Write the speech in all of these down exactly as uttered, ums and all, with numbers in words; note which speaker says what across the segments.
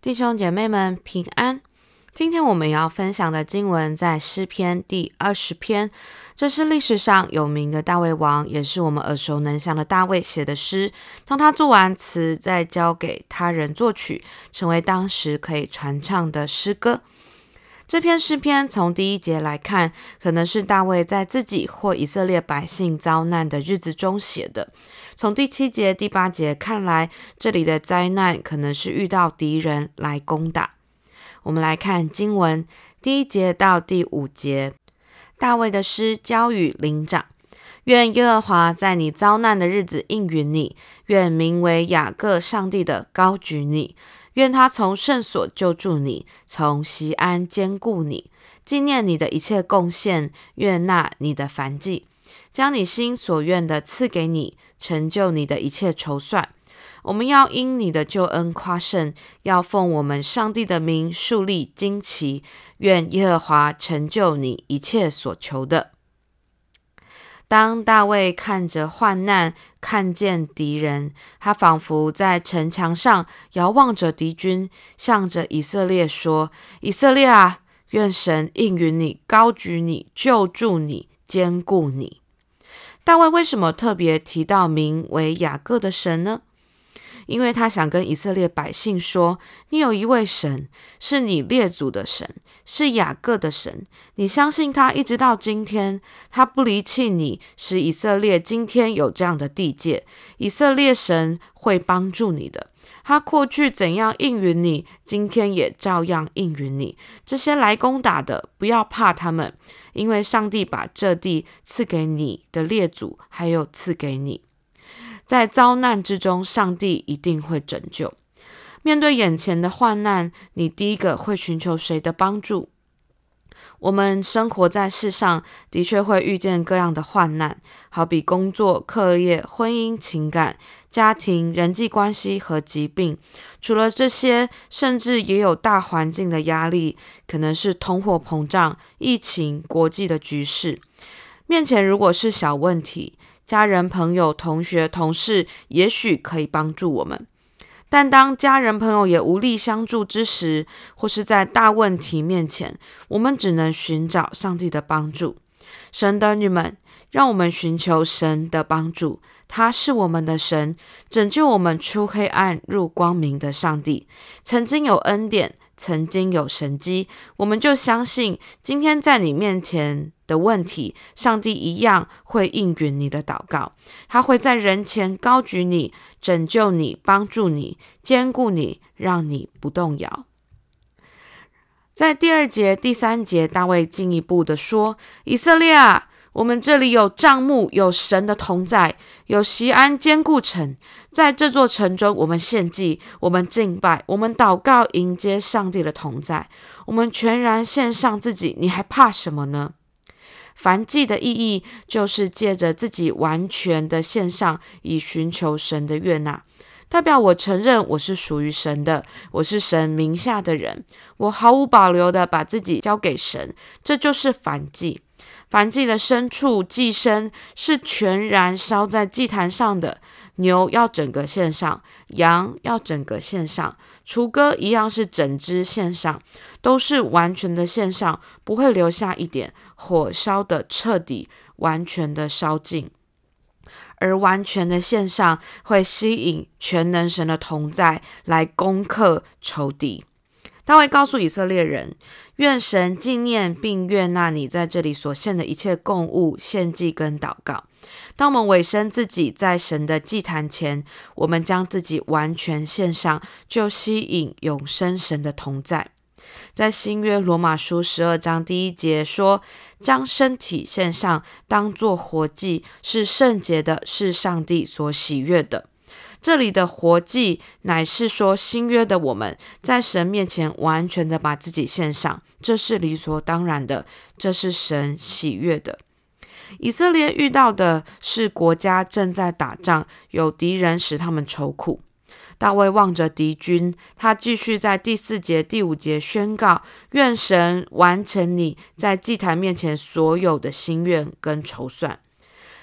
Speaker 1: 弟兄姐妹们平安。今天我们要分享的经文在诗篇第二十篇，这是历史上有名的大卫王，也是我们耳熟能详的大卫写的诗。当他作完词，再交给他人作曲，成为当时可以传唱的诗歌。这篇诗篇从第一节来看，可能是大卫在自己或以色列百姓遭难的日子中写的。从第七节、第八节看来，这里的灾难可能是遇到敌人来攻打。我们来看经文第一节到第五节，大卫的诗交与灵长。愿耶和华在你遭难的日子应允你，愿名为雅各上帝的高举你，愿他从圣所救助你，从锡安坚固你，纪念你的一切贡献，悦纳你的燔祭，将你心所愿的赐给你，成就你的一切筹算。我们要因你的救恩夸胜，要奉我们上帝的名树立旌旗，愿耶和华成就你一切所求的。当大卫看着患难，看见敌人，他仿佛在城墙上遥望着敌军，向着以色列说：以色列啊，愿神应允你，高举你，救助你，坚固你。大卫为什么特别提到名为雅各的神呢？因为他想跟以色列百姓说，你有一位神，是你列祖的神，是雅各的神，你相信他一直到今天，他不离弃你，使以色列今天有这样的地界。以色列神会帮助你的，他过去怎样应允你，今天也照样应允你。这些来攻打的，不要怕他们，因为上帝把这地赐给你的列祖，还有赐给你。在遭难之中，上帝一定会拯救。面对眼前的患难，你第一个会寻求谁的帮助？我们生活在世上，的确会遇见各样的患难，好比工作、课业、婚姻、情感、家庭、人际关系和疾病。除了这些，甚至也有大环境的压力，可能是通货膨胀、疫情、国际的局势。面前如果是小问题，家人、朋友、同学、同事也许可以帮助我们，但当家人朋友也无力相助之时，或是在大问题面前，我们只能寻找上帝的帮助。神的儿女们，让我们寻求神的帮助，他是我们的神，拯救我们出黑暗入光明的上帝。曾经有恩典，曾经有神迹，我们就相信今天在你面前的问题，上帝一样会应允你的祷告。他会在人前高举你，拯救你，帮助你，坚固你，让你不动摇。在第二节、第三节，大卫进一步的说：以色列啊，我们这里有帐幕，有神的同在，有锡安坚固城。在这座城中，我们献祭，我们敬拜，我们祷告，迎接上帝的同在。我们全然献上自己，你还怕什么呢？燔祭的意义就是借着自己完全的献上，以寻求神的悦纳。代表我承认我是属于神的，我是神名下的人，我毫无保留的把自己交给神，这就是燔祭。燔祭的牲畜祭牲是全然烧在祭坛上的，牛要整个献上，羊要整个献上，雏鸽一样是整只献上，都是完全的献上，不会留下一点，火烧的彻底，完全的烧尽。而完全的献上会吸引全能神的同在来攻克仇敌。大卫告诉以色列人，愿神纪念并悦纳你在这里所献的一切供物、献祭跟祷告。当我们委身自己在神的祭坛前，我们将自己完全献上，就吸引永生神的同在。在新约罗马书十二章第一节说，将身体献上，当作活祭，是圣洁的，是上帝所喜悦的。这里的活祭乃是说新约的我们在神面前完全的把自己献上，这是理所当然的，这是神喜悦的。以色列遇到的是国家正在打仗，有敌人使他们愁苦。大卫望着敌军，他继续在第四节、第五节宣告，愿神完成你在祭坛面前所有的心愿跟筹算。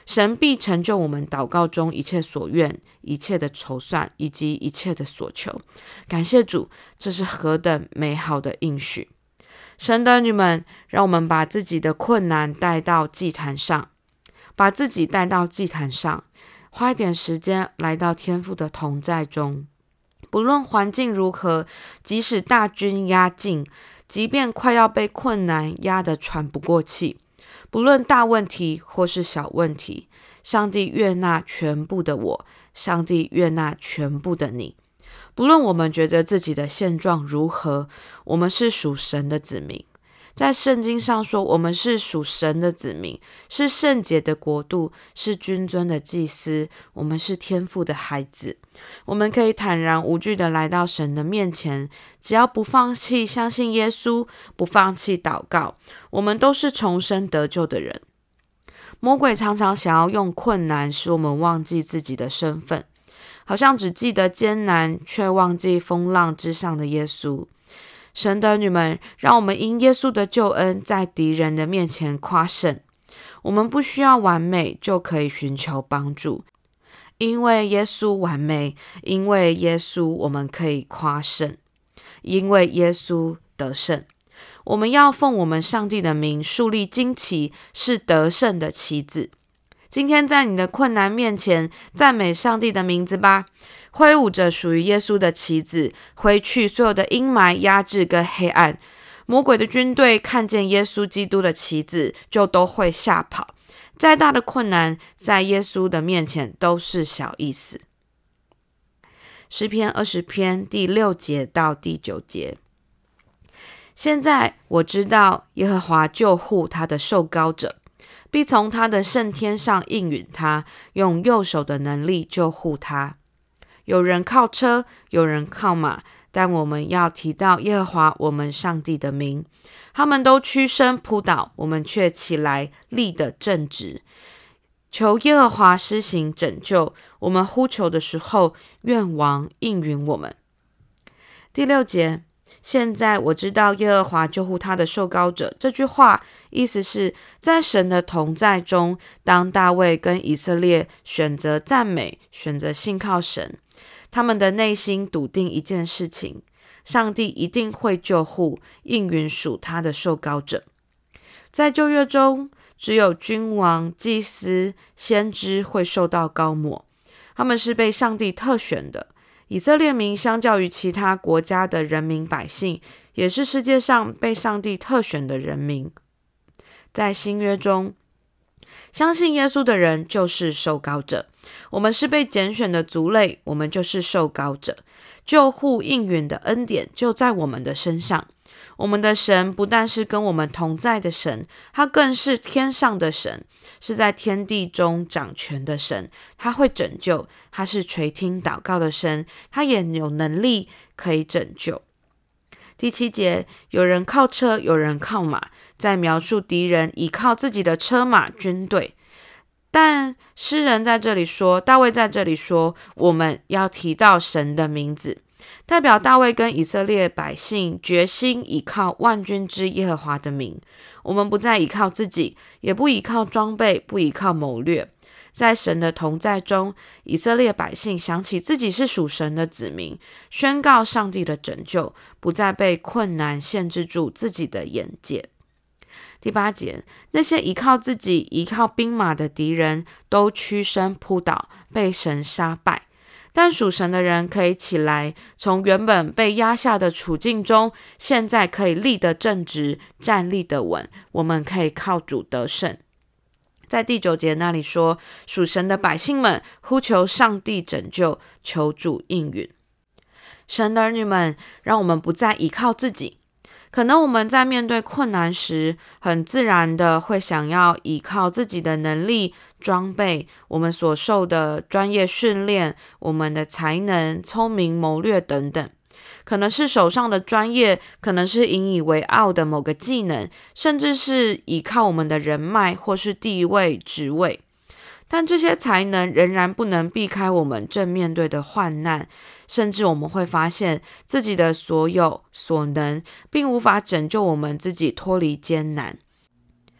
Speaker 1: 神必成就我们祷告中一切所愿、一切的筹算以及一切的所求。感谢主，这是何等美好的应许！神的儿女们，让我们把自己的困难带到祭坛上，把自己带到祭坛上，花一点时间来到天父的同在中。不论环境如何，即使大军压境，即便快要被困难压得喘不过气，不论大问题或是小问题，上帝悦纳全部的我，上帝悦纳全部的你。不论我们觉得自己的现状如何，我们是属神的子民。在圣经上说，我们是属神的子民，是圣洁的国度，是君尊的祭司，我们是天父的孩子。我们可以坦然无惧的来到神的面前，只要不放弃相信耶稣，不放弃祷告，我们都是重生得救的人。魔鬼常常想要用困难使我们忘记自己的身份，好像只记得艰难，却忘记风浪之上的耶稣。神的儿女们，让我们因耶稣的救恩在敌人的面前夸胜。我们不需要完美就可以寻求帮助，因为耶稣完美，因为耶稣我们可以夸胜，因为耶稣得胜。我们要奉我们上帝的名树立旌旗，是得胜的旗子。今天在你的困难面前，赞美上帝的名字吧，挥舞着属于耶稣的旗子，挥去所有的阴霾、压制跟黑暗。魔鬼的军队看见耶稣基督的旗子，就都会吓跑。再大的困难，在耶稣的面前都是小意思。诗篇二十篇第六节到第九节。现在我知道耶和华救护他的受膏者，必从他的圣天上应允他，用右手的能力救护他。有人靠车，有人靠马，但我们要提到耶和华我们上帝的名。他们都屈身扑倒，我们却起来立得正直。求耶和华施行拯救，我们呼求的时候，愿王应允我们。第六节，现在我知道耶和华救护他的受膏者。这句话意思是在神的同在中，当大卫跟以色列选择赞美，选择信靠神，他们的内心笃定一件事情，上帝一定会救护，应允属他的受膏者。在旧约中，只有君王、祭司、先知会受到膏抹，他们是被上帝特选的。以色列民相较于其他国家的人民百姓，也是世界上被上帝特选的人民。在新约中，相信耶稣的人就是受膏者，我们是被拣选的族类，我们就是受膏者。救护应允的恩典就在我们的身上。我们的神不但是跟我们同在的神，他更是天上的神，是在天地中掌权的神。他会拯救，他是垂听祷告的神，他也有能力可以拯救。第七节，有人靠车，有人靠马，在描述敌人依靠自己的车马军队。但诗人在这里说，大卫在这里说，我们要提到神的名字，代表大卫跟以色列百姓决心依靠万军之耶和华的名。我们不再依靠自己，也不依靠装备，不依靠谋略。在神的同在中，以色列百姓想起自己是属神的子民，宣告上帝的拯救，不再被困难限制住自己的眼界。第八节，那些依靠自己、依靠兵马的敌人都屈身扑倒，被神杀败。但属神的人可以起来，从原本被压下的处境中，现在可以立得正直，站立得稳。我们可以靠主得胜。在第九节那里说，属神的百姓们呼求上帝拯救，求主应允。神的儿女们，让我们不再依靠自己。可能我们在面对困难时，很自然的会想要依靠自己的能力、装备，我们所受的专业训练，我们的才能、聪明、谋略等等。可能是手上的专业，可能是引以为傲的某个技能，甚至是依靠我们的人脉或是地位、职位。但这些才能仍然不能避开我们正面对的患难，甚至我们会发现自己的所有所能并无法拯救我们自己脱离艰难。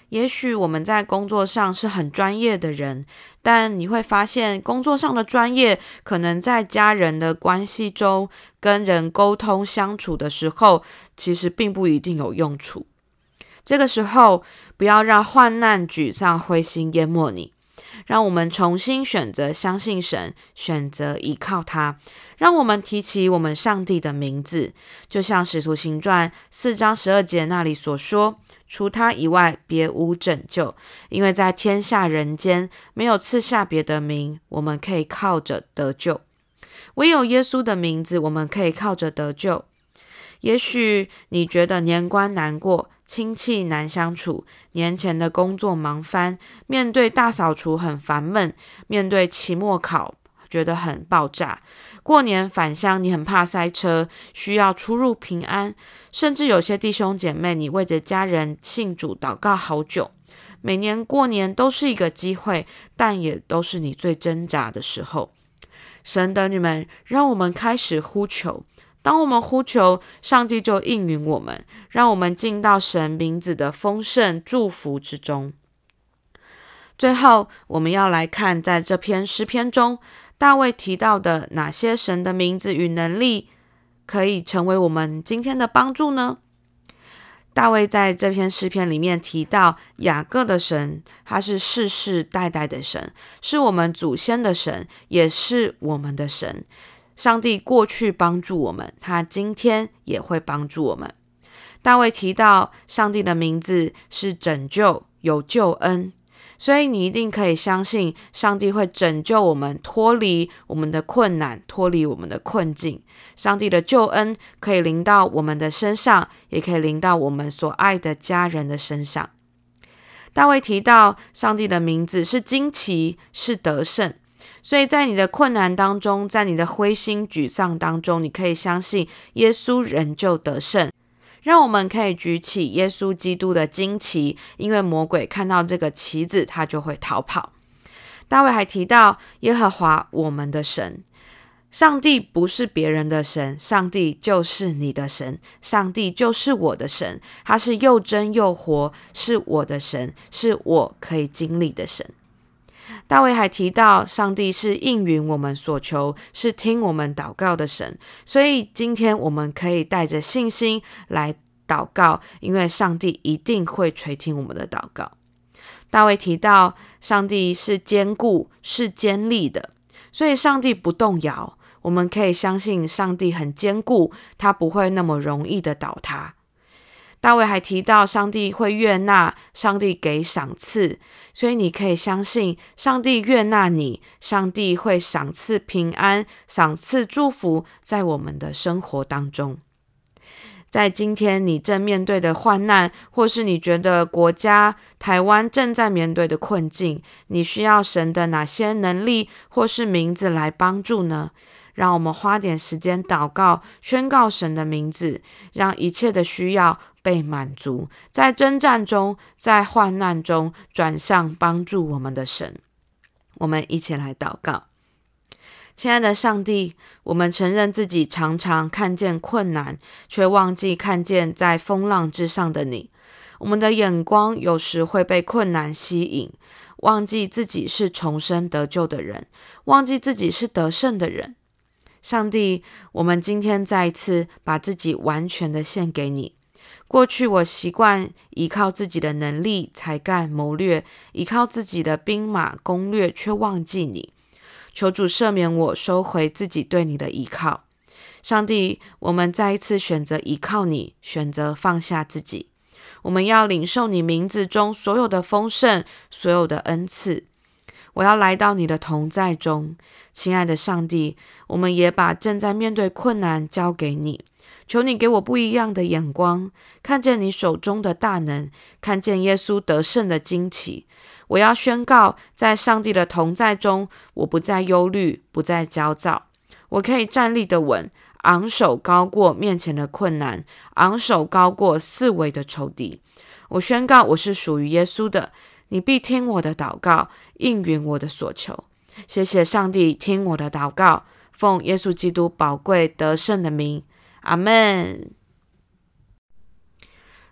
Speaker 1: 也许我们在工作上是很专业的人，但你会发现工作上的专业可能在家人的关系中跟人沟通相处的时候，其实并不一定有用处。这个时候不要让患难、沮丧、灰心淹没你，让我们重新选择相信神，选择依靠他。让我们提起我们上帝的名字，就像使徒行传四章十二节那里所说，除他以外别无拯救，因为在天下人间没有赐下别的名，我们可以靠着得救。唯有耶稣的名字，我们可以靠着得救。也许你觉得年关难过，亲戚难相处，年前的工作忙翻，面对大扫除很烦闷，面对期末考觉得很爆炸，过年返乡你很怕塞车，需要出入平安，甚至有些弟兄姐妹你为着家人信主祷告好久。每年过年都是一个机会，但也都是你最挣扎的时候。神的女们，让我们开始呼求，当我们呼求，上帝就应允我们，让我们进到神名字的丰盛祝福之中。最后，我们要来看在这篇诗篇中，大卫提到的哪些神的名字与能力可以成为我们今天的帮助呢？大卫在这篇诗篇里面提到雅各的神，他是世世代代的神，是我们祖先的神，也是我们的神。上帝过去帮助我们，他今天也会帮助我们。大卫提到上帝的名字是拯救，有救恩，所以你一定可以相信上帝会拯救我们，脱离我们的困难，脱离我们的困境。上帝的救恩可以临到我们的身上，也可以临到我们所爱的家人的身上。大卫提到上帝的名字是惊奇，是得胜，所以在你的困难当中，在你的灰心沮丧当中，你可以相信耶稣仍旧得胜。让我们可以举起耶稣基督的旌旗，因为魔鬼看到这个旗子，他就会逃跑。大卫还提到耶和华我们的神，上帝不是别人的神，上帝就是你的神，上帝就是我的神，他是又真又活，是我的神，是我可以经历的神。大卫还提到上帝是应允我们所求，是听我们祷告的神，所以今天我们可以带着信心来祷告，因为上帝一定会垂听我们的祷告。大卫提到上帝是坚固，是坚立的，所以上帝不动摇，我们可以相信上帝很坚固，他不会那么容易的倒塌。大卫还提到上帝会悦纳，上帝给赏赐，所以你可以相信上帝悦纳你，上帝会赏赐平安，赏赐祝福在我们的生活当中。在今天你正面对的患难，或是你觉得国家台湾正在面对的困境，你需要神的哪些能力或是名字来帮助呢？让我们花点时间祷告，宣告神的名字，让一切的需要被满足，在征战中，在患难中转向帮助我们的神。我们一起来祷告。亲爱的上帝，我们承认自己常常看见困难，却忘记看见在风浪之上的你。我们的眼光有时会被困难吸引，忘记自己是重生得救的人，忘记自己是得胜的人。上帝，我们今天再一次把自己完全的献给你。过去我习惯依靠自己的能力、才干、谋略，依靠自己的兵马攻略，却忘记你。求主赦免我，收回自己对你的依靠。上帝，我们再一次选择依靠你，选择放下自己。我们要领受你名字中所有的丰盛，所有的恩赐。我要来到你的同在中。亲爱的上帝，我们也把正在面对困难交给你。求你给我不一样的眼光，看见你手中的大能，看见耶稣得胜的惊奇。我要宣告，在上帝的同在中，我不再忧虑，不再焦躁，我可以站立得稳，昂首高过面前的困难，昂首高过四围的仇敌。我宣告，我是属于耶稣的，你必听我的祷告，应允我的所求。谢谢上帝听我的祷告，奉耶稣基督宝贵得胜的名，阿们。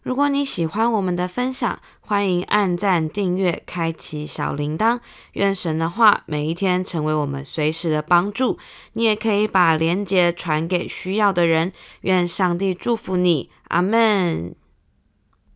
Speaker 1: 如果你喜欢我们的分享，欢迎按赞、订阅、开启小铃铛。愿神的话每一天成为我们随时的帮助。你也可以把连结传给需要的人。愿上帝祝福你，阿们。